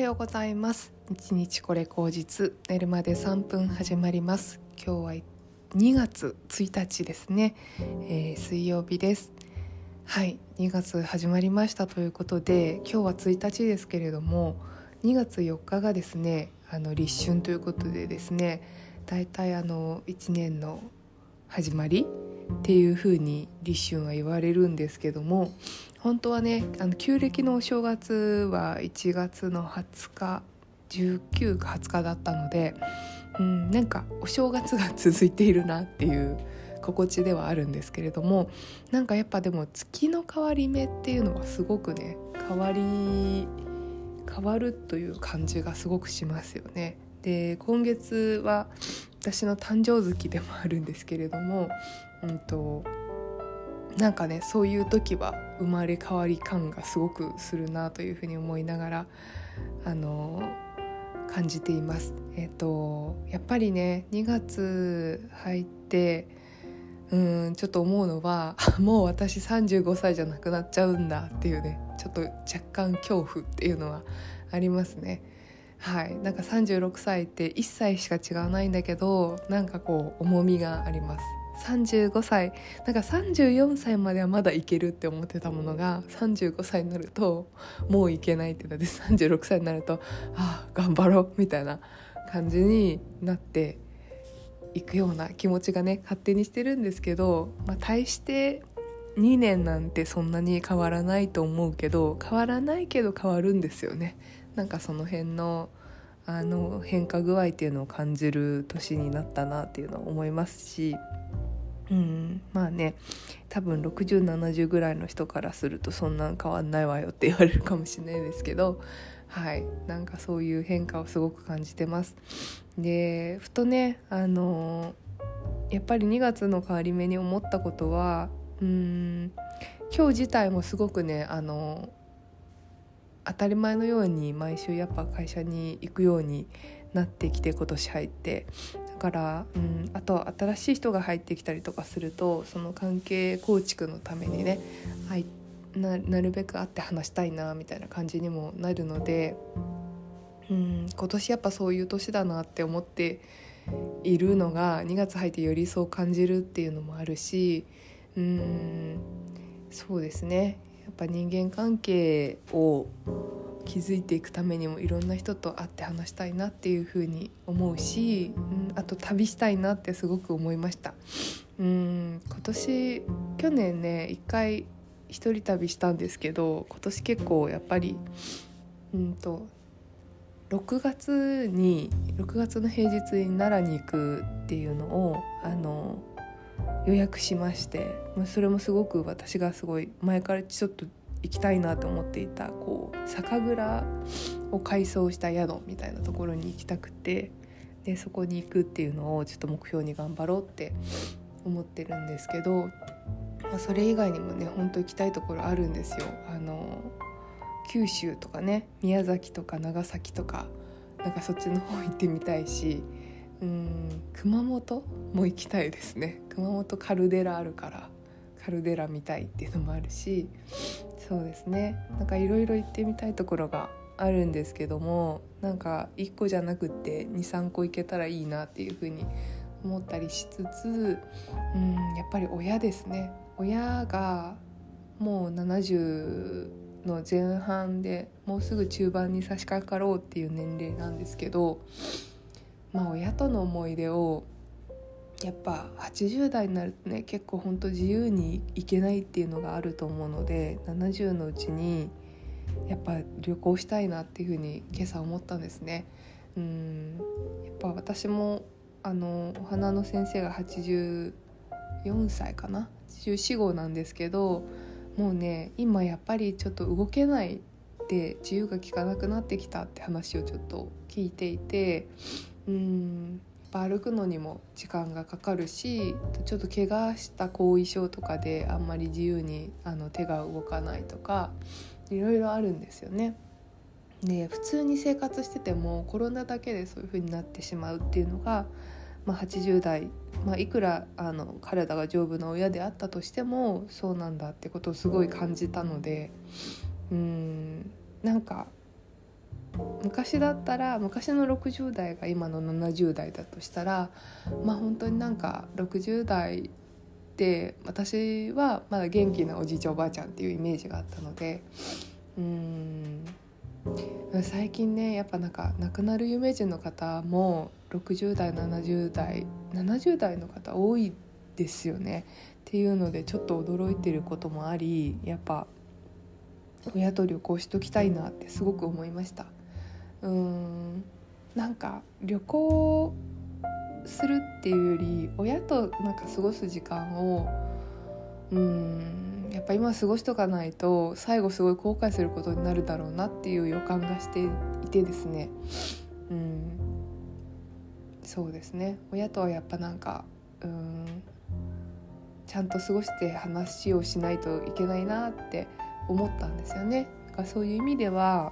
ようございます。1日これ口実、寝るまで3分始まります。今日は2月1日ですね、水曜日です。はい、2月始まりましたということで、今日は1日ですけれども、2月4日がですね、立春ということでですね、だいたい1年の始まりっていう風に立春は言われるんですけども、本当はね、旧暦のお正月は1月の20日19か20日だったので、なんかお正月が続いているなっていう心地ではあるんですけれども、なんかやっぱでも月の変わり目っていうのはすごくね、変わるという感じがすごくしますよね。で、今月は私の誕生月でもあるんですけれども、なんかね、そういう時は生まれ変わり感がすごくするなというふうに思いながら感じています。やっぱりね、2月入ってちょっと思うのはもう私35歳じゃなくなっちゃうんだっていうね、ちょっと若干恐怖っていうのはありますね。はい、なんか36歳って1歳しか違わないんだけど、なんかこう重みがあります。35歳、なんか34歳まではまだいけるって思ってたものが、35歳になるともういけないってなって、36歳になると頑張ろうみたいな感じになっていくような気持ちがね、勝手にしてるんですけど、大して2年なんてそんなに変わらないと思うけど、変わらないけど変わるんですよね。なんかその辺の変化具合っていうのを感じる年になったなっていうのを思いますし、まあね、多分60、70ぐらいの人からするとそんなん変わんないわよって言われるかもしれないですけど、はい、なんかそういう変化をすごく感じてます。で、ふとね、やっぱり2月の変わり目に思ったことは、今日自体もすごくね、当たり前のように毎週やっぱ会社に行くようになってきて、今年入って、だから、あと新しい人が入ってきたりとかすると、その関係構築のためにね、なるべく会って話したいなみたいな感じにもなるので、今年やっぱそういう年だなって思っているのが、2月入ってよりそう感じるっていうのもあるし、そうですね、やっぱ人間関係を築いていくためにもいろんな人と会って話したいなっていうふうに思うし、あと旅したいなってすごく思いました。去年ね一回一人旅したんですけど、今年結構やっぱり6月の平日に奈良に行くっていうのを予約しまして、それもすごく私がすごい前からちょっと行きたいなと思っていた、こう酒蔵を改装した宿みたいなところに行きたくて、でそこに行くっていうのをちょっと目標に頑張ろうって思ってるんですけど、それ以外にもね、本当行きたいところあるんですよ。九州とかね、宮崎とか長崎とか、なんかそっちの方行ってみたいし、熊本も行きたいですね。熊本カルデラあるからカルデラ見たいっていうのもあるし、そうですね、なんかいろいろ行ってみたいところがあるんですけども、なんか1個じゃなくって2、3個行けたらいいなっていうふうに思ったりしつつ、やっぱり親ですね。親がもう70の前半で、もうすぐ中盤に差し掛かろうっていう年齢なんですけど、親との思い出をやっぱ80代になるとね、結構本当自由に行けないっていうのがあると思うので、70のうちにやっぱ旅行したいなっていうふうに今朝思ったんですね。やっぱ私もお花の先生が84歳かな、84号なんですけど、もうね、今やっぱりちょっと動けないで自由が利かなくなってきたって話をちょっと聞いていて、やっぱ歩くのにも時間がかかるし、ちょっと怪我した後遺症とかであんまり自由に手が動かないとか、いろいろあるんですよね。で、普通に生活しててもコロナだけでそういう風になってしまうっていうのが、80代、いくら体が丈夫な親であったとしてもそうなんだってことをすごい感じたので、なんか昔だったら、昔の60代が今の70代だとしたら、本当になんか60代で私はまだ元気なおじいちゃんおばあちゃんっていうイメージがあったので、最近ねやっぱなんか亡くなる有名人の方も60代70代の方多いですよねっていうので、ちょっと驚いてることもあり、やっぱ親と旅行しときたいなってすごく思いました。なんか旅行するっていうより親となんか過ごす時間をやっぱ今過ごしとかないと最後すごい後悔することになるだろうなっていう予感がしていてですね、そうですね、親とはやっぱなんかちゃんと過ごして話をしないといけないなって思ったんですよね。だからそういう意味では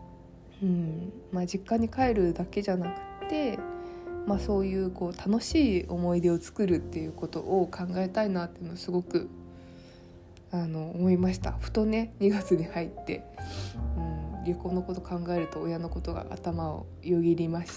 実家に帰るだけじゃなくて、そういう楽しい思い出を作るっていうことを考えたいなっていうのをすごく思いました。ふとね2月に入って、旅行のこと考えると親のことが頭をよぎりまして、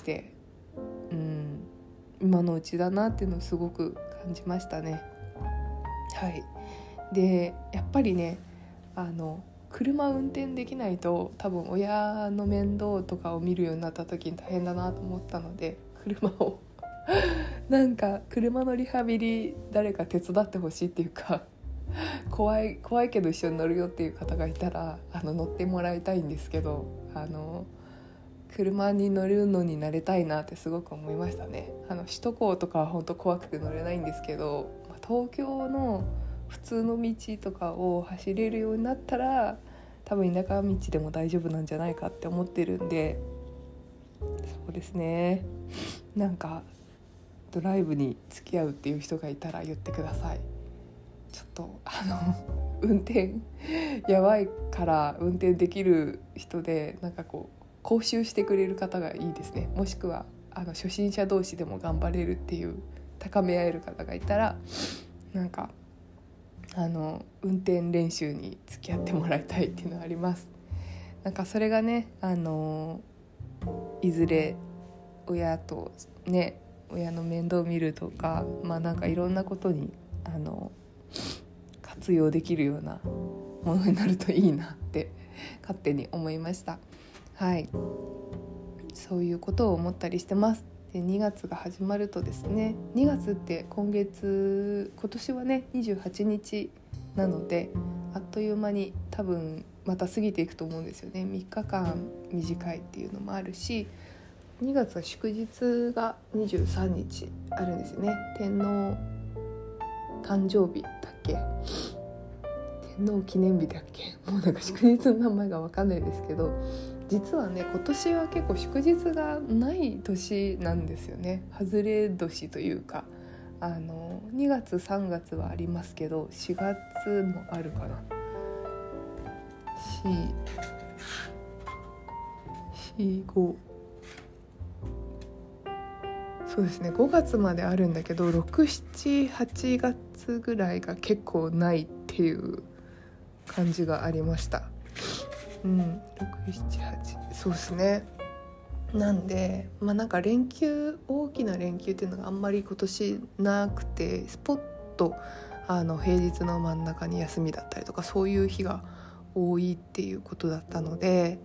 今のうちだなっていうのをすごく感じましたね。はい。でやっぱりね車運転できないと多分親の面倒とかを見るようになった時に大変だなと思ったので、車をなんか車のリハビリ誰か手伝ってほしいっていうか怖いけど一緒に乗るよっていう方がいたら乗ってもらいたいんですけど、車に乗るのに慣れたいなってすごく思いましたね。首都高とかは本当怖くて乗れないんですけど、東京の普通の道とかを走れるようになったら多分田舎道でも大丈夫なんじゃないかって思ってるんで、そうですね、なんかドライブに付き合うっていう人がいたら言ってください。ちょっと運転やばいから運転できる人でなんか講習してくれる方がいいですね。もしくは初心者同士でも頑張れるっていう高め合える方がいたらなんか運転練習に付き合ってもらいたいっていうのはあります。なんかそれがねいずれ親とね親の面倒を見るとかなんかいろんなことに活用できるようなものになるといいなって勝手に思いました。はい、そういうことを思ったりしてます。で2月が始まるとですね、2月って今年はね28日なのであっという間に多分また過ぎていくと思うんですよね。3日間短いっていうのもあるし、2月は祝日が23日あるんですよね。天皇誕生日だっけ、天皇記念日だっけ、もうなんか祝日の名前が分かんないですけど、実はね今年は結構祝日がない年なんですよね。外れ年というか2月3月はありますけど4月もあるかな、4、5そうですね、5月まであるんだけど6、7、8月ぐらいが結構ないっていう感じがありました。6、7、8そうですね。なんでなんか大きな連休っていうのがあんまり今年なくて、スポッと平日の真ん中に休みだったりとかそういう日が多いっていうことだったので、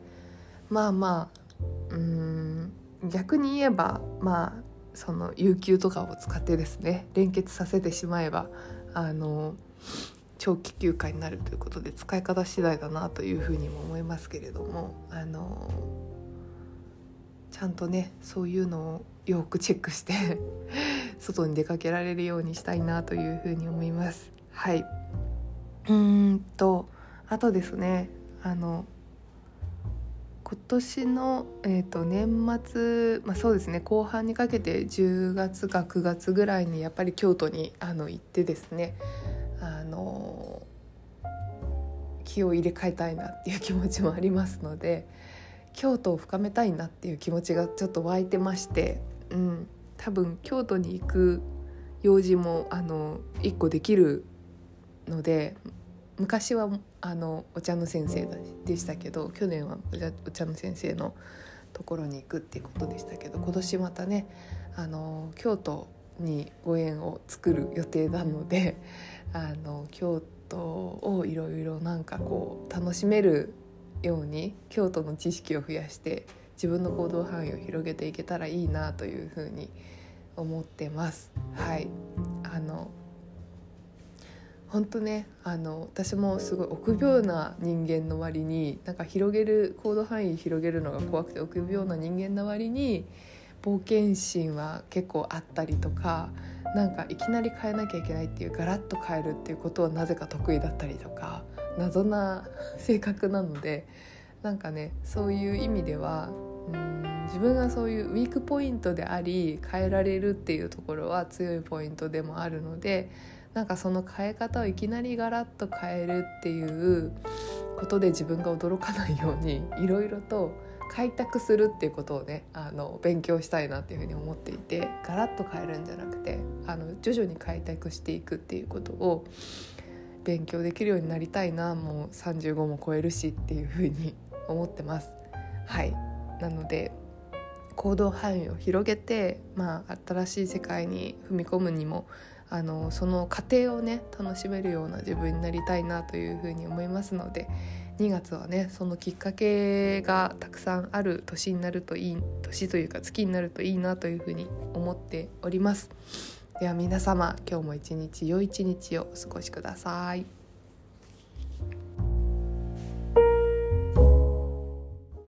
逆に言えばその有給とかを使ってですね連結させてしまえば長期休暇になるということで使い方次第だなというふうにも思いますけれども、ちゃんとねそういうのをよくチェックして外に出かけられるようにしたいなというふうに思います。はい。あとですね今年の、年末、そうですね後半にかけて10月か9月ぐらいにやっぱり京都に行ってですね気を入れ替えたいなっていう気持ちもありますので、京都を深めたいなっていう気持ちがちょっと湧いてまして、多分京都に行く用事も1個できるので、 昔はお茶の先生でしたけど、去年はお茶の先生のところに行くっていうことでしたけど、今年またね京都にご縁を作る予定なので、京都をいろいろなんかこう楽しめるように京都の知識を増やして自分の行動範囲を広げていけたらいいなというふうに思ってます。はい、本当ね私もすごい臆病な人間の割になんか行動範囲広げるのが怖くて臆病な人間の割に冒険心は結構あったりとか、なんかいきなり変えなきゃいけないっていうガラッと変えるっていうことはなぜか得意だったりとか、謎な性格なので、なんかねそういう意味では自分がそういうウィークポイントであり変えられるっていうところは強いポイントでもあるので、なんかその変え方をいきなりガラッと変えるっていうことで自分が驚かないようにいろいろと開拓するっていうことをね勉強したいなっていうふうに思っていて、ガラッと変えるんじゃなくて徐々に開拓していくっていうことを勉強できるようになりたいな、もう35も超えるしっていうふうに思ってます。はい、なので行動範囲を広げて、新しい世界に踏み込むにもその過程をね楽しめるような自分になりたいなというふうに思いますので、2月はねそのきっかけがたくさんある年になるといい、年というか月になるといいなというふうに思っております。では皆様、今日も一日良い一日をお過ごしください。